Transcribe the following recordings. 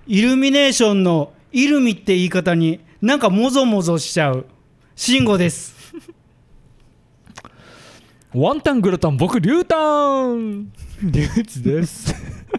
イルミネーションのイルミって言い方になんかもぞもぞしちゃう慎吾です。 ワンタングラタン僕リュウタンリュウチです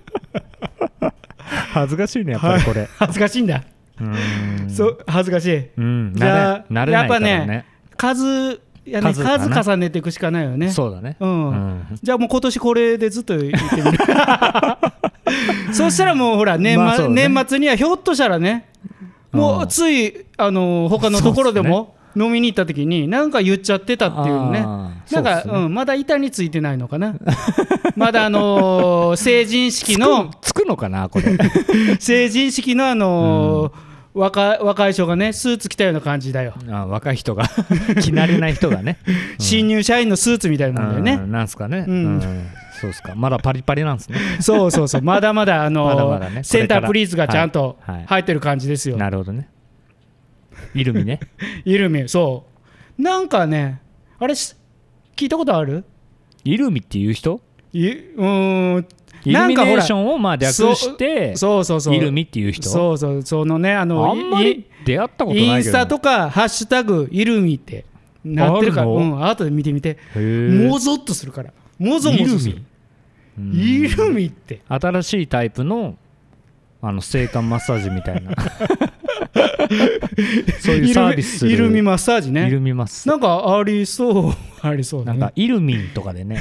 恥ずかしいねやっぱりこれ、 恥ずかしいんだ。そう恥ずかしい。じゃあ慣れないからね。 数重ねていくしかないよね。 そうだね、 じゃあもう今年これでずっと言ってみるそしたらもうほら年末にはひょっとしたらね、もうつい他のところでも飲みに行った時に何か言っちゃってたっていうね。なんかまだ板についてないのかなまだ成人式のつくのかなこれ成人式の若い人がねスーツ着たような感じだよ。 若い人が着慣れない人がね、 新入社員のスーツみたいなもんだよね。 なんすかね、そうですか。まだパリパリなんですね。 そうまだまだね、 センタープリーズがちゃんと入ってる感じですよ。 なるほどね。イルミねイルミ、そうなんかね、あれ聞いたことある？ イルミっていう人？ イルミネーションをまあ略してそうイルミっていう人？ そのね、あんまり出会ったことないけど、 インスタとかハッシュタグイルミってなってるから、後で見てみて。もぞっとするから、もぞもぞする。イルミって新しいタイプの性感マッサージみたいなそういうサービスするイルミマッサージね。 イルミマッサージなんかありそうね。 なんかイルミンとかでね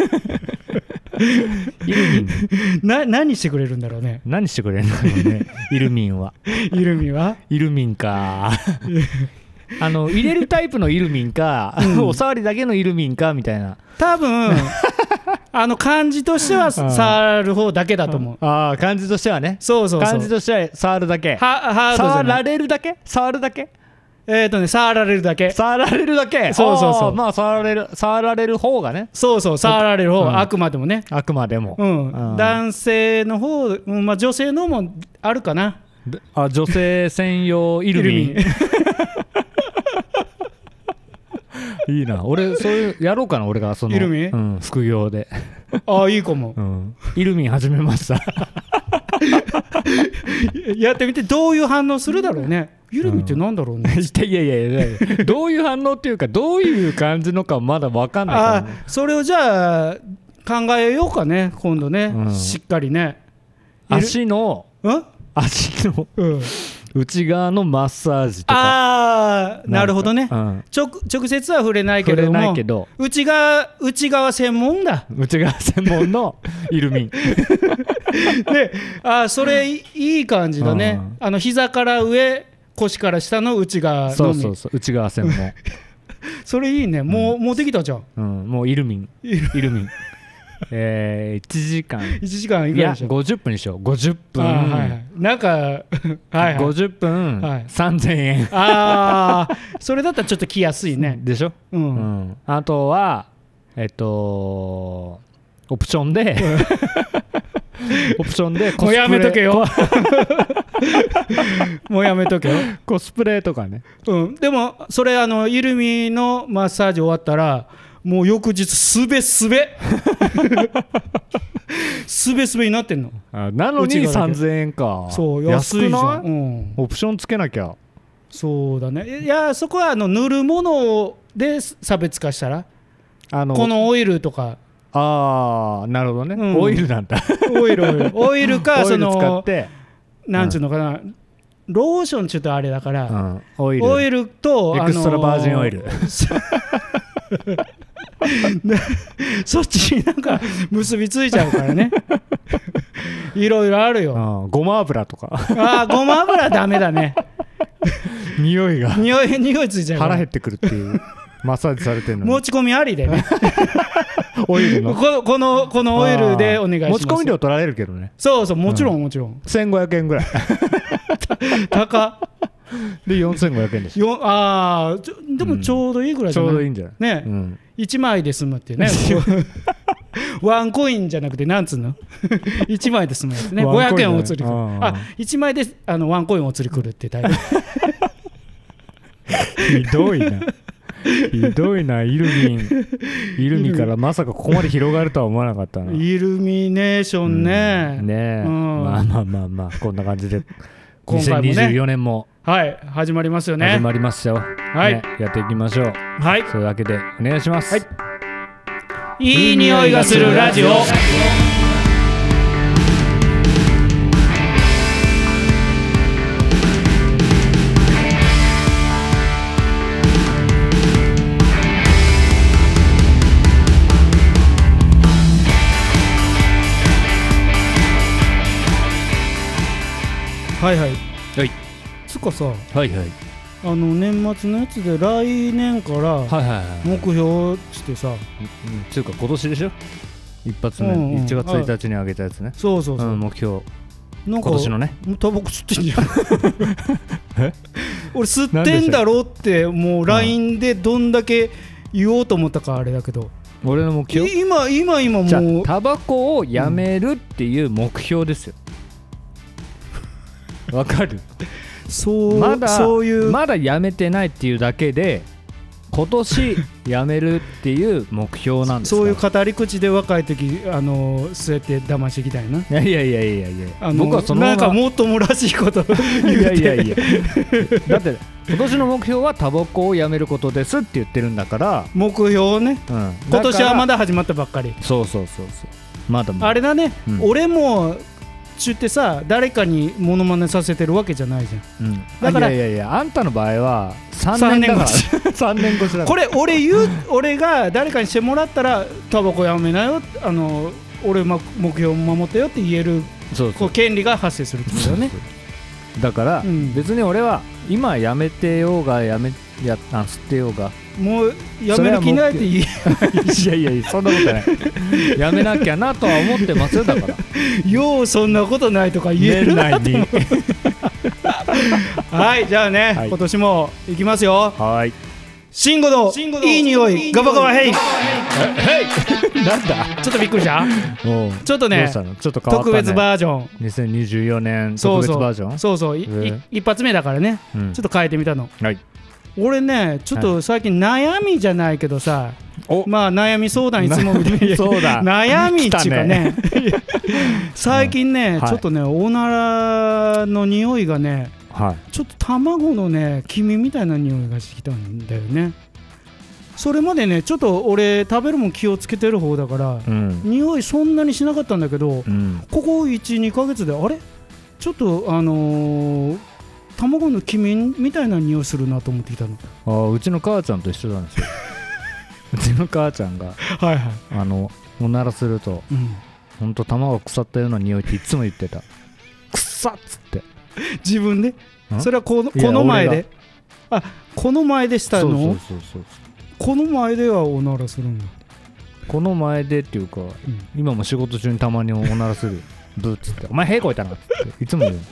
イルミン何してくれるんだろうね。 何してくれるんだろうねイルミンはイルミンか入れるタイプのイルミンか、お触りだけのイルミンかみたいな。 多分漢字としては触る方だけだと思う。 漢字としてはね。そう漢字としては触るだけ。触られるだけ。触るだけ。 触られるだけ。 触られるだけ。そう。まあ触られる方がね。 そう触られる方、あくまでもね。 あくまでも。 男性の方、女性のもあるかな。 女性専用イルミン。いいな。俺そういうやろうかな。俺がイルミン、副業で。 いいかも。 イルミン始めましたやってみてどういう反応するだろうね。イルミってなんだろうね。 いやどういう反応っていうか、どういう感じのかまだ分かんないからね。 それをじゃあ考えようかね、今度ね。しっかりね。 足の内側のマッサージとか。 なるほどね。直接は触れないけども、内側専門だ。 内側専門のイルミンで、それいい感じだね。膝から上、腰から下の内側のみ。 そう内側専門それいいね。もうできたじゃん。もうイルミン1時間いくらでしょ。 50分にしよう。50分なんか 50分3000円それだったらちょっと来やすいね。 でしょ。あとはオプションでもうやめとけよもうやめとけよ。 コスプレとかね。 でもそれイルミのマッサージ終わったらもう翌日すべになってんの。 なのに3000円か。 そう安いじゃん。 オプションつけなきゃ。 そうだね。いやそこは塗るもので差別化したらこのオイルとか。 なるほどね。オイルなんだ。 オイルかオイル使ってなんちゅうのかな、ローションちょっとあれだから、 オイルとエクストラバージンオイルそっちになんか結びついちゃうからねいろいろあるよ。 ごま油とか。 ごま油ダメだね匂いついちゃう腹減ってくるっていうマッサージされてるのに持ち込みありでねオイルのこのオイルでお願いします。 持ち込み料取られるけどね。 そうもちろん 1500円ぐらい高っで4500円でしょ。 でもちょうどいいぐらいじゃない？ ちょうどいいんじゃないね。1枚で済むってねワンコインじゃなくてなんつうの1枚で済むやつね。500円お釣りくる。1枚でワンコインお釣りくるってタイプひどいな。 ひどいな。イルミからまさかここまで広がるとは思わなかったな。 イルミネーションね、 ねえ、まあこんな感じで今回もね 2024年もはい始まりますよね。 始まりますよ、 はい、 ね、やっていきましょう。 はい、 そういうわけでお願いします。 はい、いい匂いがするラジオ。はいはいはい。 つかさ、 はいはい。 年末のやつで来年からはいはいはい。 目標してさ、 つうか今年でしょ。一発目、1月1日に上げたやつね。 そうそうそう、 目標なんか今年のね。 もうタバコ吸ってんじゃん俺吸ってんだろってもう LINE でどんだけ言おうと思ったかあれだけど、 俺の目標今もうじゃあタバコをやめるっていう目標ですよ。わかる。そういうまだやめてないっていうだけで今年やめるっていう目標なんですか。 そういう語り口で若い時そうやって騙していきたいな。 いや僕はそのなんかもっともらしいこと言うていやだって今年の目標はタバコをやめることですって言ってるんだから。 目標ね、今年はまだ始まったばっかり。 そうまだあれだね、俺もちゅってさ誰かにモノマネさせてるわけじゃないじゃん、 だからいやあんたの場合は3年だから3年越しだから。 これ俺が誰かにしてもらったらタバコやめなよ、俺目標を守ったよって言えるこう権利が発生するってことだよね。 だから、別に俺は今やめてようが吸ってようがもうやめる気ないって言いやそんなことないやめなきゃなとは思ってますよ。だからようそんなことないとか言えるなと思うはいじゃあね、今年もいきますよ。 はい。 慎吾のいい匂いガバガバヘイなんだちょっとびっくりしたちょっとね特別バージョン 2024年特別バージョンそう一発目だからね、ちょっと変えてみたの。俺ねちょっと最近悩みじゃないけどさ、まあ悩み相談いつもみたいな悩みっていうかね最近ねちょっとねおならの匂いがねちょっと卵のね黄身みたいな匂いがしてきたんだよね。それまでねちょっと俺食べるもん気をつけてる方だから、匂いそんなにしなかったんだけど、ここ 1,2 ヶ月であれちょっと卵の黄身みたいな匂いするなと思ってきたの。 うちの母ちゃんと一緒なんですようちの母ちゃんがおならすると、ほんと卵腐ったような匂いっていつも言ってた。くっさっつって自分でそれはこの前でこの前でしたの。そうこの前ではおならするんだ。 この前でっていうか、今も仕事中にたまにおならするブーっつってお前へこいたなっていつも言う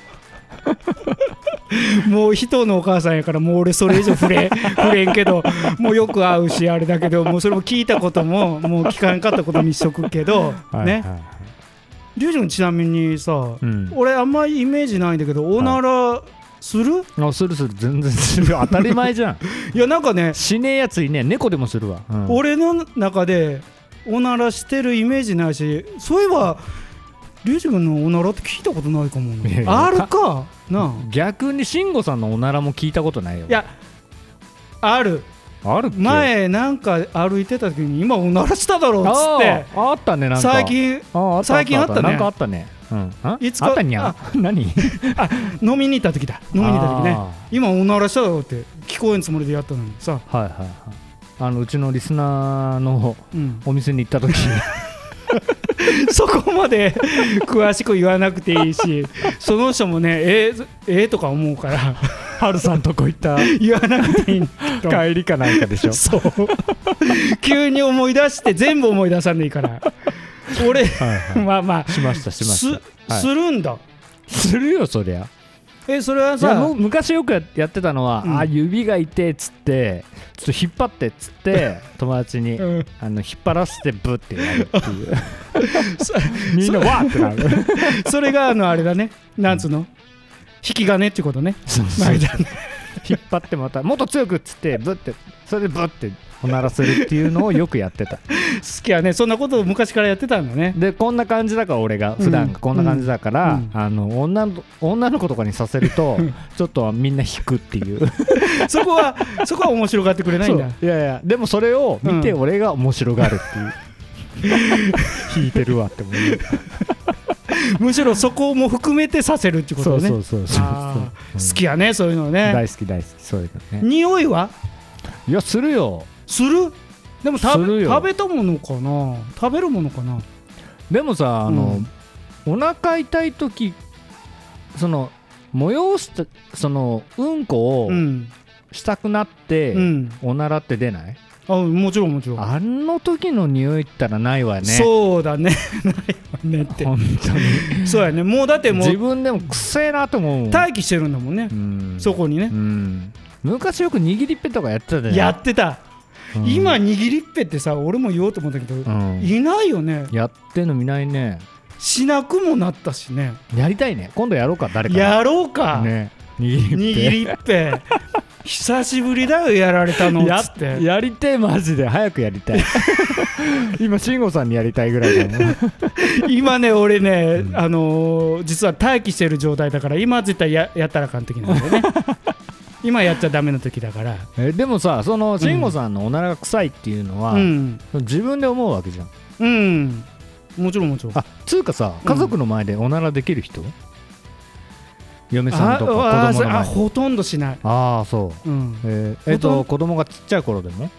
もう人のお母さんやからもう俺それ以上触れんけどもうよく会うしあれだけどもうそれも聞いたことももう聞かんかったことにしとくけどね。リュウジ君ちなみにさ、俺あんまりイメージないんだけどおならする？ する全然する当たり前じゃんいやなんかねしねえやついねえ。猫でもするわ、 俺の中でおならしてるイメージないし、そういえばリュウジ君のおならって聞いたことないかもな。あるかな。 逆に慎吾さんのおならも聞いたことないよ。 いやある前なんか歩いてた時に今おならしただろうっつってあったね。なんか最近あったね。 なんかあったね。 いつかあったにゃ何飲みに行った時ね今おならしただろうって聞こえんつもりでやったのにさ。 うちのリスナーのお店に行った時にそこまで詳しく言わなくていいしその人もねとか思うからハルさんとこ行った言わなくていい帰りかなんかでしょ。 そう急に思い出して全部思い出さんでいいから俺まあしましたするんだ。 するよそりゃ。 それはさ昔よくやってたのは、指が痛えっつってちょっと引っ張ってっつって友達に、引っ張らせてブッてやるっていうみんなわーってなるそれがあれだねなんつうの引き金ってことね。 引っ張ってまたもっと強くっつってブッてそれでブッておならするっていうのをよくやってた。 好きやね、そんなことを昔からやってたんだね。 でこんな感じだから俺が普段がこんな感じだから、女の子とかにさせるとちょっとみんな引くっていうそこは面白がってくれないんだ。 いやいやでもそれを見て俺が面白がるっていう、引いてるわって思うむしろそこも含めてさせるってことね。 そう好きやねそういうのね。 大好きそういうのね。 匂いはいやするよ。 する。でも食べたものかな、食べるものかな。 でもさお腹痛い時その催したそのうんこをしたくなって、おならって出ない？ もちろんあの時の匂いったらないわね。 そうだねないわねって本当にそうやね。もうだってもう自分でもくせえなと思うもん。 待機してるんだもんね、そこにね。 昔よく握りっぺとかやってたじゃん。 やってた、今握りっぺってさ俺も言おうと思ったけど、いないよね。 やってんの見ないね。 しなくもなったしね。 やりたいね。今度やろうか。誰かやろうかね。 握りっぺ久しぶりだよやられたのっつって。 やりてえマジで早くやりたい今慎吾さんにやりたいぐらいだもん今ね俺ね、実は待機してる状態だから今絶対 やったらあかん時なんだよね今やっちゃダメな時だから。 でもさその慎吾さんのおならが臭いっていうのは、自分で思うわけじゃん。 もちろん。 つうかさ家族の前でおならできる人、嫁さんとか子供の前で。 ほとんどしない。 そう、子供がちっちゃい頃でも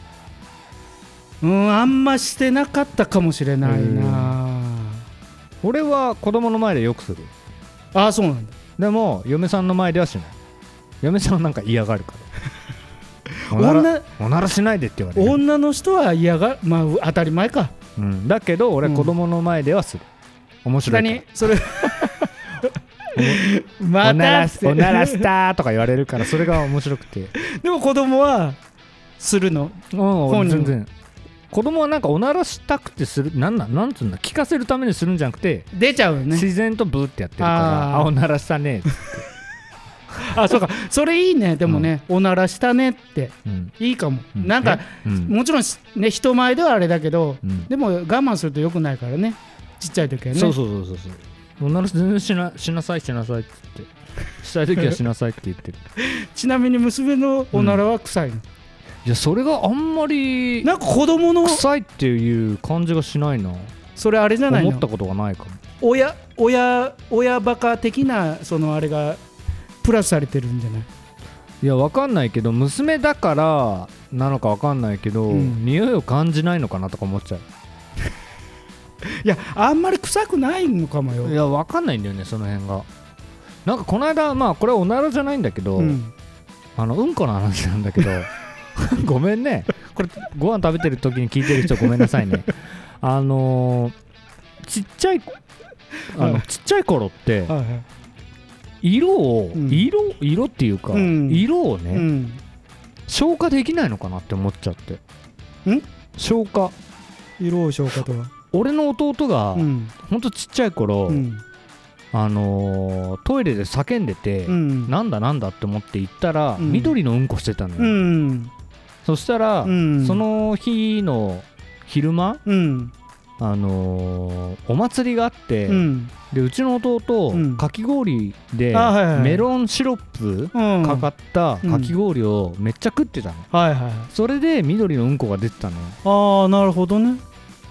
あんましてなかったかもしれないな。 俺は子供の前でよくする。 そうなんだ。 でも嫁さんの前ではしない。嫁さんなんか嫌がるからおならしないでって言われる。 女の人は嫌がる、当たり前か、 だけど俺子供の前ではする、面白いから。 何それまたおならしたとか言われるからそれが面白くてでも子供はするの？ 全然。子供はなんかおならしたくてする、なんつうんだ、聞かせるためにするんじゃなくて出ちゃうよね。 自然とブーってやってるからおならしたねってそうか、それいいね。でもね、おならしたねっていいかも。なんかもちろんね人前ではあれだけど、でも我慢すると良くないからね、ちっちゃい時はね。 そうおなら全然しなさいって言ってしたい時はしなさいって言ってるちなみに娘のおならは臭いの？ いやそれがあんまりなんか子供の臭いっていう感じがしないな。 それあれじゃないの？ 思ったことがないかも。 親バカ的なそのあれがプラスされてるんじゃない？ いやわかんないけど娘だからなのかわかんないけど、匂いを感じないのかなとか思っちゃういやあんまり臭くないのかもよ。 いやわかんないんだよねその辺が。なんかこの間これはおならじゃないんだけど、うんこの話なんだけどごめんねこれご飯食べてる時に聞いてる人ごめんなさいねちっちゃい頃って、色っていうか、色をね、消化できないのかなって思っちゃって。消化、 色を消化とは俺の弟が、ほんとちっちゃい頃、トイレで叫んでて、なんだって思って行ったら、緑のうんこしてたのよ。そしたら、その日の昼間、お祭りがあって、でうちの弟、かき氷でメロンシロップかかったかき氷をめっちゃ食ってたの、それで緑のうんこが出てたのよ。 なるほどね。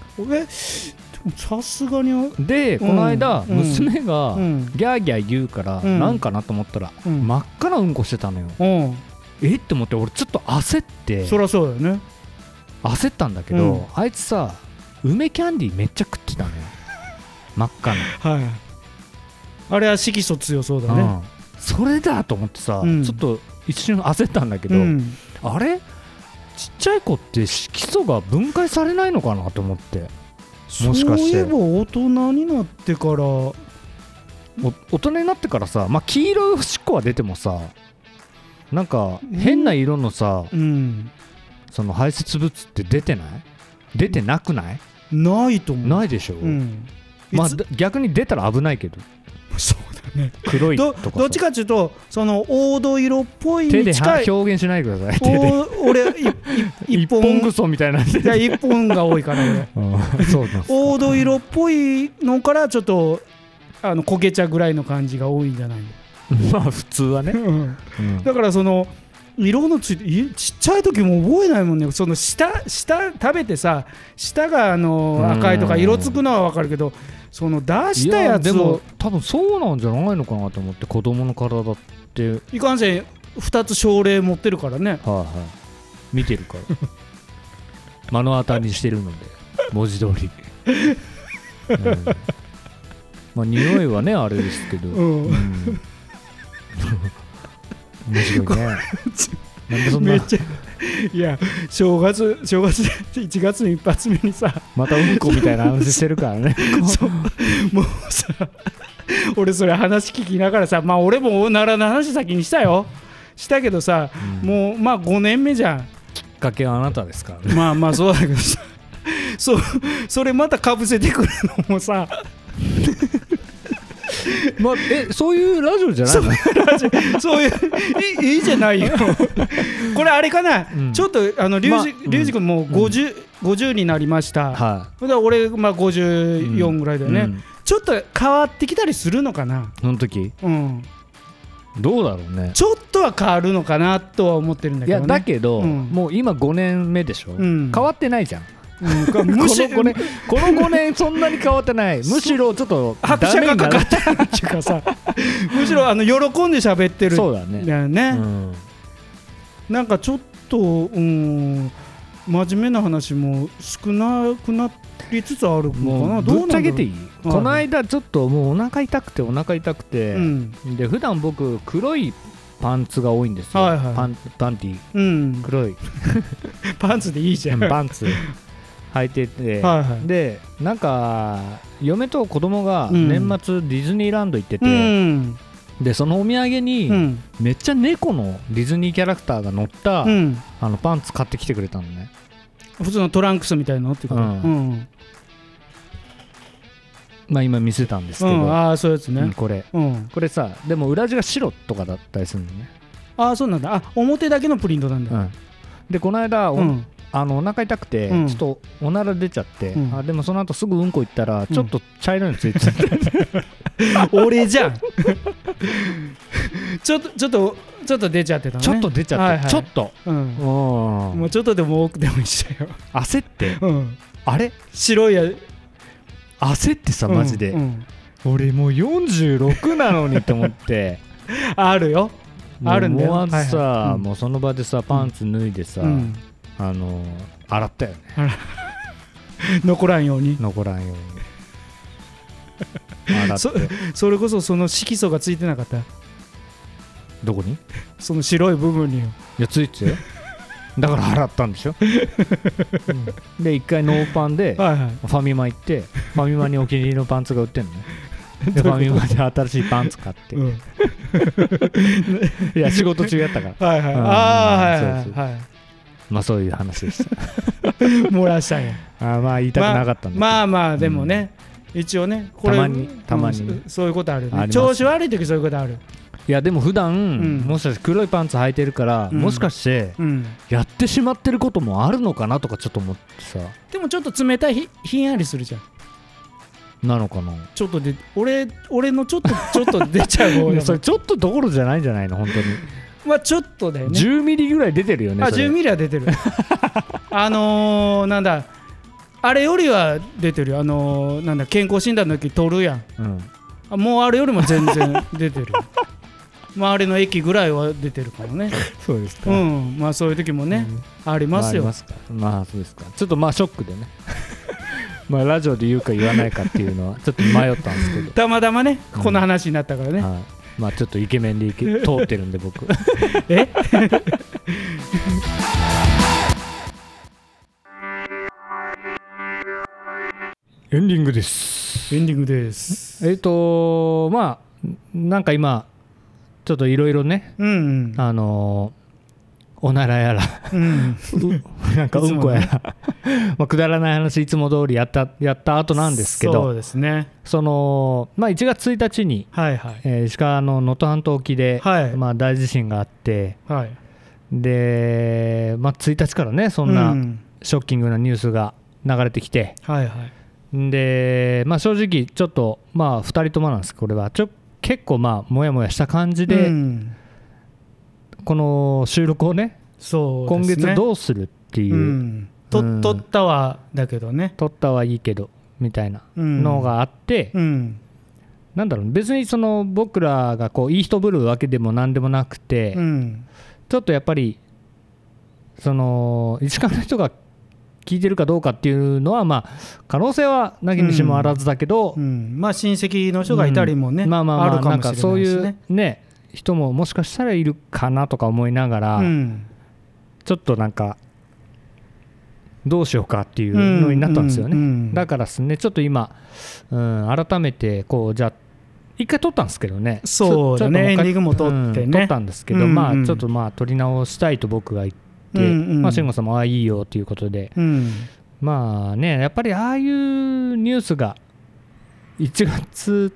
さすがにでこの間、娘がギャーギャー言うから、なんかなと思ったら、真っ赤なうんこしてたのよ。って思って俺ちょっと焦って。 そりゃそうだよね。 焦ったんだけど、あいつさ梅キャンディーめっちゃ食ってたのよ真っ赤な。あれは色素強そうだね。 それだと思ってさ、ちょっと一瞬焦ったんだけど、あれちっちゃい子って色素が分解されないのかなと思って。もしかしてそういえば大人になってから大人になってからさ、黄色いおしっこは出てもさ、なんか変な色のさ、その排泄物って出てなくない？ ないと思う。 ないでしょ、逆に出たら危ないけど。 そうね。 黒いとかどっちかっていうとその黄土色っぽいに近い。 手で表現しないでください。 俺一本ぐそみたいな。いや一本が多いから俺。 そうなんです。 黄土色っぽいのからちょっと焦げ茶ぐらいの感じが多いんじゃないの。 まあ普通はね。 だからその色のついてちっちゃい時も覚えないもんね。その下食べてさ、下が赤いとか色つくのは分かるけど、その出したやつを。 でも多分そうなんじゃないのかなと思って、子供の体っていかんせん2つ症例持ってるからね。 はいはい、見てるから目の当たりにしてるので文字通り、まあ匂いはねあれですけど、面白いね。なんでそんなめっちゃいや正月1月の一発目にさ、 またうんこみたいな話してるからね。 そうもうさ、俺それ話聞きながらさ、まあ俺もおならの話先にしたけどさ、もうまあ5年目じゃん。 きっかけはあなたですからね。 まあそうだけどさ、それまたかぶせてくるのもさまあ、そういうラジオじゃないの？ そういういいじゃないよ。これあれかな、ちょっとリュウジ君もう50になりました、だから俺、まあ、54ぐらいだよね、ちょっと変わってきたりするのかな、 その時、どうだろうね。 ちょっとは変わるのかなとは思ってるんだけどね。 いやだけど、もう今5年目でしょ、変わってないじゃん。この5年そんなに変わってない。むしろちょっと拍車がかかってるっていうかさ、むしろ喜んで喋ってる。 そうだね。 なんかちょっと真面目な話も少なくなりつつあるのかな。 ぶっちゃけていい？この間ちょっともうお腹痛くて、で普段僕黒いパンツが多いんですよ。パンティ、黒いパンツでいいじゃん。 パンツ履いてて、でなんか嫁と子供が年末ディズニーランド行ってて、でそのお土産にめっちゃ猫のディズニーキャラクターが乗った、パンツ買ってきてくれたのね。 普通のトランクスみたいなのってこと、 まあ今見せたんですけど、 ああそういうやつね、 これさ、でも裏地が白とかだったりするのね。 ああそうなんだ。あ、表だけのプリントなんだ。 でこの間お腹痛くてちょっとおなら出ちゃって、でもその後すぐうんこ行ったらちょっと茶色いのついてた、 俺じゃん。ちょっと出ちゃってたね。 ちょっと出ちゃって、ちょっともうちょっとでも多くでもいいじゃんよ。 焦って、あれ白いや焦ってさ、マジで俺もう46なのにと思ってあるよ、あるんだよ。 思わずさ、もうその場でさパンツ脱いでさ、洗ったよね。 残らんように洗ってそれこそその色素がついてなかった？ どこに？ その白い部分に。 いやついてよ。だから洗ったんでしょ。で一回ノーパンでファミマ行って、ファミマにお気に入りのパンツが売ってんのね。でファミマで新しいパンツ買って、いや仕事中やったから。まあそういう話でした。 漏らしたんや。 まあ言いたくなかったんだ。 まあでもね、一応ね、これたまにね、 そういうことあるね。調子悪い時そういうことある。 いやでも普段もしかして黒いパンツ履いてるから、もしかしてやってしまってることもあるのかなとかちょっと思ってさ。でもちょっと冷たいひんやりするじゃん。 なのかな。 ちょっとで俺のちょっと出ちゃう方。 それちょっとどころじゃないんじゃないの本当に。 まあちょっとだよね。 10ミリぐらい出てるよね。 10ミリは出てる。なんだあれよりは出てるよ。なんだ健康診断の時取るやん。もうあれよりも全然出てる。周りの駅ぐらいは出てるからね。 そうですか。 まあそういう時もね、ありますよ。 まあそうですか。ちょっとまあショックでね。まあラジオで言うか言わないかっていうのはちょっと迷ったんですけど。 たまたまねこの話になったからね。 まあちょっとイケメンで通ってるんで僕。エンディングです。まあなんか今ちょっといろいろね、 おならやら、なんかうんこやら、まあくだらない話いつも通りやった後なんですけど、 そうですね、 まあ、1月1日に、石川の能登半島沖で、まあ、大地震があって、で、まあ、1日からねそんなショッキングなニュースが流れてきて、で、まあ、正直ちょっと、まあ、2人ともなんですけど、これは結構まあもやもやした感じで、この収録をね、今月どうするっていう、 撮ったはだけどね、 撮ったはいいけどみたいなのがあって、なんだろう、別に僕らがこういい人ぶるわけでもなんでもなくて、ちょっとやっぱり石川の人が聞いてるかどうかっていうのは、まあ可能性はなきにしもあらずだけど、 まあ親戚の人がいたりもね、 まあまあまあ、 あるかもしれないしね、 なんかそういうね人ももしかしたらいるかなとか思いながら、ちょっとなんかどうしようかっていうのになったんですよね。だからですね、ちょっと今、改めてこうじゃあ一回撮ったんですけどね、 そうだね、エンディングも撮ってね、 撮ったんですけど、まあちょっとまあ撮り直したいと僕が言って、まあ慎吾さんもいいよということで、まあね、やっぱりああいうニュースが1月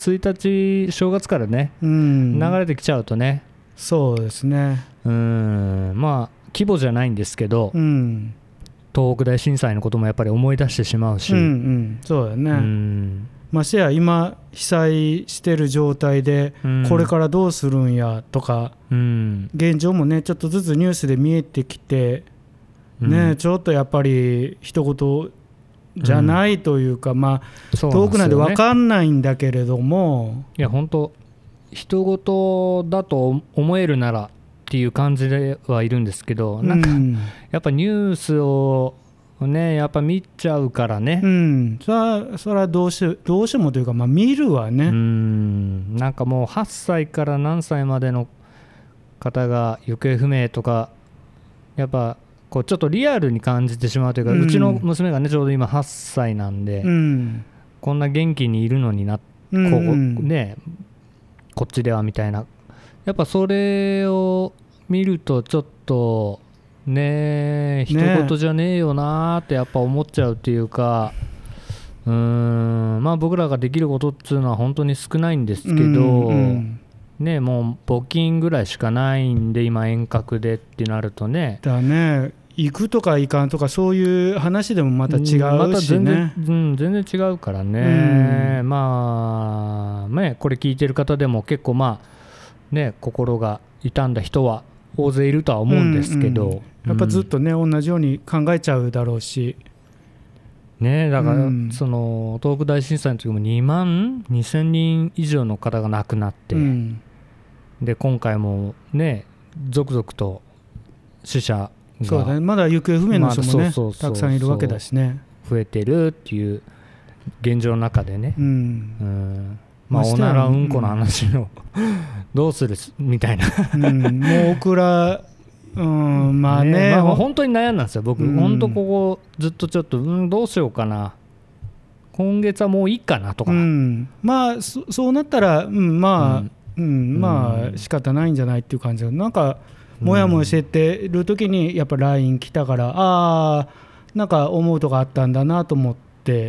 1日正月からね、流れてきちゃうとね、 そうですね、 まあ規模じゃないんですけど、東北大震災のこともやっぱり思い出してしまうし、 そうだね、ましてや今被災してる状態で、これからどうするんやとか、現状もねちょっとずつニュースで見えてきて、ね、ちょっとやっぱり一言じゃないというか、まあ遠くなんで分かんないんだけれども、 いや本当人事だと思えるならっていう感じではいるんですけど、なんかやっぱニュースをねやっぱ見ちゃうからね、 それはどうしてもというか、まあ見るわね、 なんかもう8歳から何歳までの方が行方不明とか、やっぱこうちょっとリアルに感じてしまうというか、うちの娘がねちょうど今8歳なんで、こんな元気にいるのにな、ねこっちではみたいな、やっぱそれを見るとちょっとね一言じゃねえよなってやっぱ思っちゃうっていうか、まあ僕らができることっていうのは本当に少ないんですけど、ね、もう募金ぐらいしかないんで今遠隔でってなるとね、 だね、行くとか行かんとかそういう話でもまた違うしね、また全然違うからね、まあねこれ聞いてる方でも結構まあね心が痛んだ人は大勢いるとは思うんですけど、 やっぱずっとね同じように考えちゃうだろうしね、だからその東北大震災の時も2万2000人以上の方が亡くなって、で今回もね続々と死者が、 そうだね、まだ行方不明の人もねたくさんいるわけだしね、 増えてるっていう現状の中でね、まあおならうんこの話のどうするみたいなもう僕らまあね、 まあ本当に悩んだんですよ僕、本当ここずっとちょっとどうしようかな、今月はもういいかなとか、 まあそうなったらまあ仕方ないんじゃないっていう感じで、なんかもやもやしててる時にやっぱ LINE 来たから、なんか思うとこあったんだなと思って、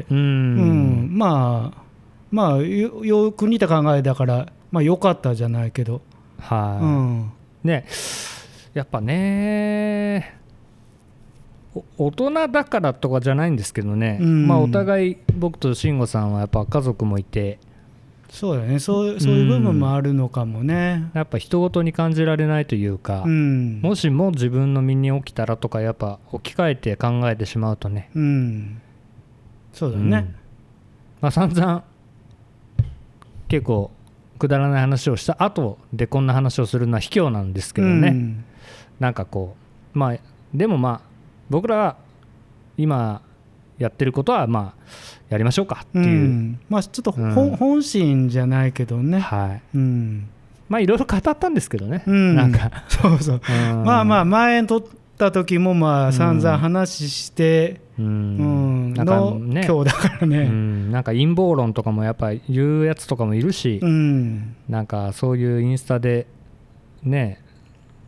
まあよく似た考えだから、まあ良かったじゃないけど、 ね、やっぱね大人だからとかじゃないんですけどね、まあお互い僕と慎吾さんはやっぱ家族もいて、 そうだね、そういう部分もあるのかもね、 やっぱ人事に感じられないというか、もしも自分の身に起きたらとかやっぱ置き換えて考えてしまうとね、 そうだね、 まあ散々結構くだらない話をした後でこんな話をするのは卑怯なんですけどね、なんかこうまあでもまあ僕らが今やってることはまあやりましょうかっていう、 まあちょっと本心じゃないけどね、 まあいろいろ語ったんですけどね、なんかそうまあまあ前撮った時もまあ散々話しての今日だからね、 なんか陰謀論とかもやっぱ言うやつとかもいるし、なんかそういうインスタでね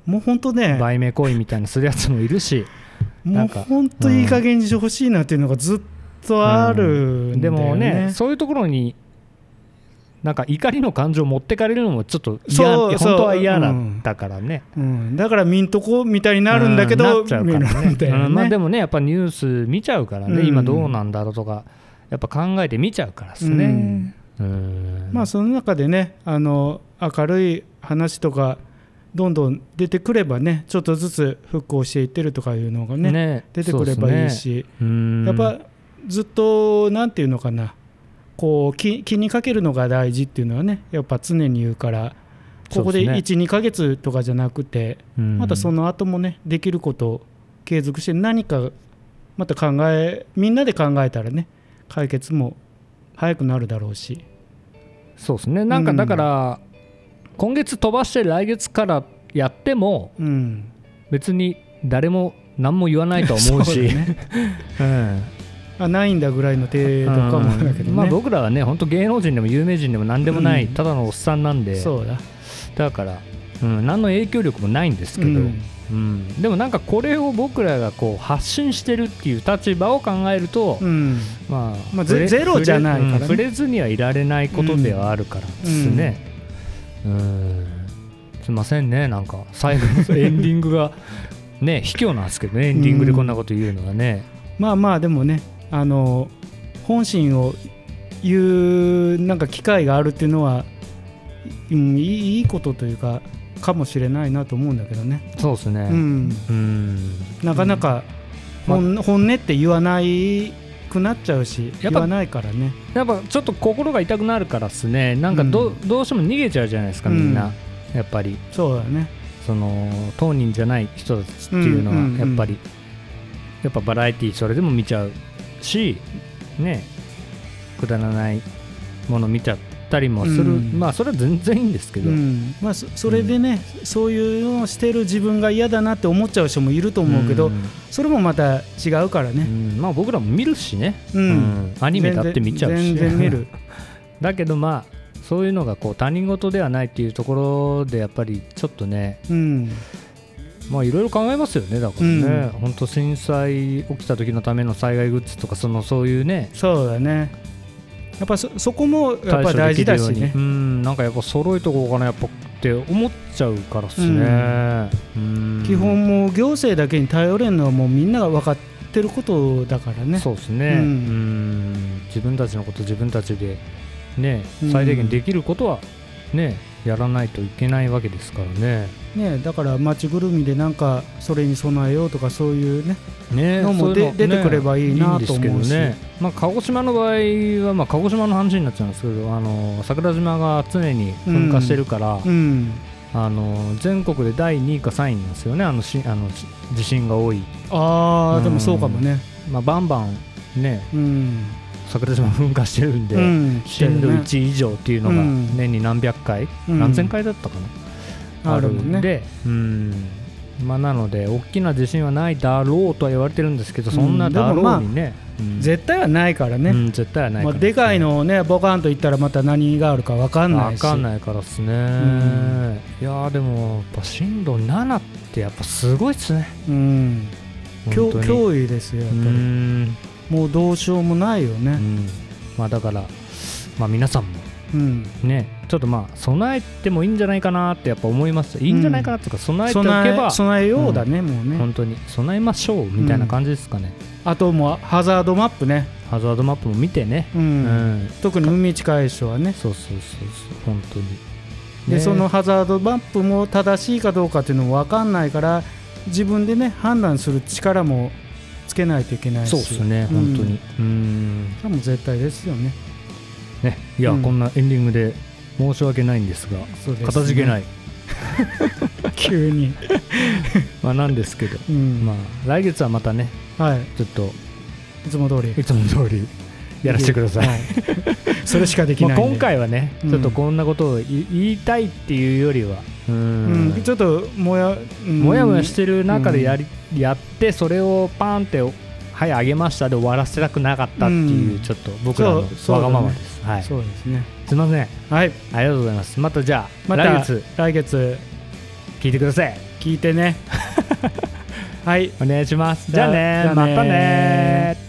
もう本当ね売名行為みたいなするやつもいるし、 もう本当いい加減にしてほしいなっていうのがずっとあるんだよね、 でもねそういうところになんか怒りの感情を持ってかれるのもちょっと本当は嫌だったからね、 だから見んとこみたいになるんだけど、 なっちゃうからね、まあでもねやっぱニュース見ちゃうからね、今どうなんだろうとかやっぱ考えて見ちゃうからですね、 まあその中でね明るい話とかどんどん出てくればねちょっとずつ復興していってるとかいうのが ね出てくればいいし、やっぱずっとなんていうのかなこう気にかけるのが大事っていうのはねやっぱ常に言うから、ここで 1,2 ヶ月とかじゃなくて、またその後もねできることを継続して何かまたみんなで考えたらね解決も早くなるだろうし。 そうですね、なんかだから、今月飛ばして来月からやっても、別に誰も何も言わないと思うしないんだぐらいの程度かもだけどね、 まあ、僕らはね本当芸能人でも有名人でも何でもない、ただのおっさんなんで、 そうだから、何の影響力もないんですけど、でもなんかこれを僕らがこう発信してるっていう立場を考えると、まあゼロじゃないからね、 触れずにはいられないことではあるからですね、すいませんね、なんか最後のエンディングがね卑怯なんですけどね、エンディングでこんなこと言うのはね、 まあまあでもね本心を言うなんか機会があるっていうのは、いいことというかもしれないなと思うんだけどね。 そうですね、 なかなか本音って言わないくなっちゃうし、言わないからね、 やっぱちょっと心が痛くなるからですね、なんかどうしても逃げちゃうじゃないですか、みんな、やっぱりそうだね、 その当人じゃない人たちっていうのはやっぱバラエティーそれでも見ちゃうしね、くだらないもの見ちゃったりもする、まあそれは全然いいんですけど、 まあそれでね、そういうのをしてる自分が嫌だなって思っちゃう人もいると思うけど、それもまた違うからね、 まあ僕らも見るしね、アニメだって見ちゃうし、 全然見るだけどまあそういうのがこう他人事ではないっていうところでやっぱりちょっとね、まあいろいろ考えますよね、だからね、本当震災起きた時のための災害グッズとかそういうね、 そうだね、やっぱ そこもやっぱ大事だしね、 なんかやっぱ揃えとこうかなやっぱって思っちゃうからっすね、 基本もう行政だけに頼れるのはもうみんなが分かってることだからね。 そうですね、自分たちのこと自分たちでね最低限できることはねやらないといけないわけですからね。 だから街ぐるみでなんかそれに備えようとかそういうのも出てくればいいなと思うし、 まあ、鹿児島の場合は、まあ、鹿児島の話になっちゃうんですけど、桜島が常に噴火してるから、全国で第2位か3位なんですよね、地震が多い。 でもそうかもね、 まあ、バンバンね、桜島噴火してるんで、震度1以上っていうのが年に何百回、何千回だったかな、あるんで、まあ、なので大きな地震はないだろうとは言われてるんですけど、そんなだろうにね、 絶対はないからね、 絶対はないから、 でかいのをねボカンといったらまた何があるか分かんないし、 分かんないからですね、いやでもやっぱ震度7ってやっぱすごいっすね、 脅威ですよやっぱり、もうどうしようもないよね、 まあ、だから、まあ、皆さんもね、ちょっとまあ備えてもいいんじゃないかなってやっぱ思います。いいんじゃないかなとか、備えておけば備えようだね、もうね本当に備えましょうみたいな感じですかね。 あともうハザードマップね、 ハザードマップも見てね、 特に海近い人はね、 そう本当にで、そのハザードマップも正しいかどうかっていうのも分かんないから、自分でね判断する力もつけないといけないし、 そうですね本当に、 それも絶対ですよね。 いや、こんなエンディングで申し訳ないんですが、かたじけない急にまあなんですけど、まあ来月はまたね、ちょっといつも通りやらせてください、 それしかできないんで、 今回はね、ちょっとこんなことを言いたいっていうよりは、 ちょっともやもやしてる中でやって、それをパンってはいあげましたで終わらせたくなかったっていう、ちょっと僕らのわがままです。 そうですね、 すいません、 はい、 ありがとうございます。またじゃあ来月聞いてください。 聞いてねはいお願いします。じゃあねまたね。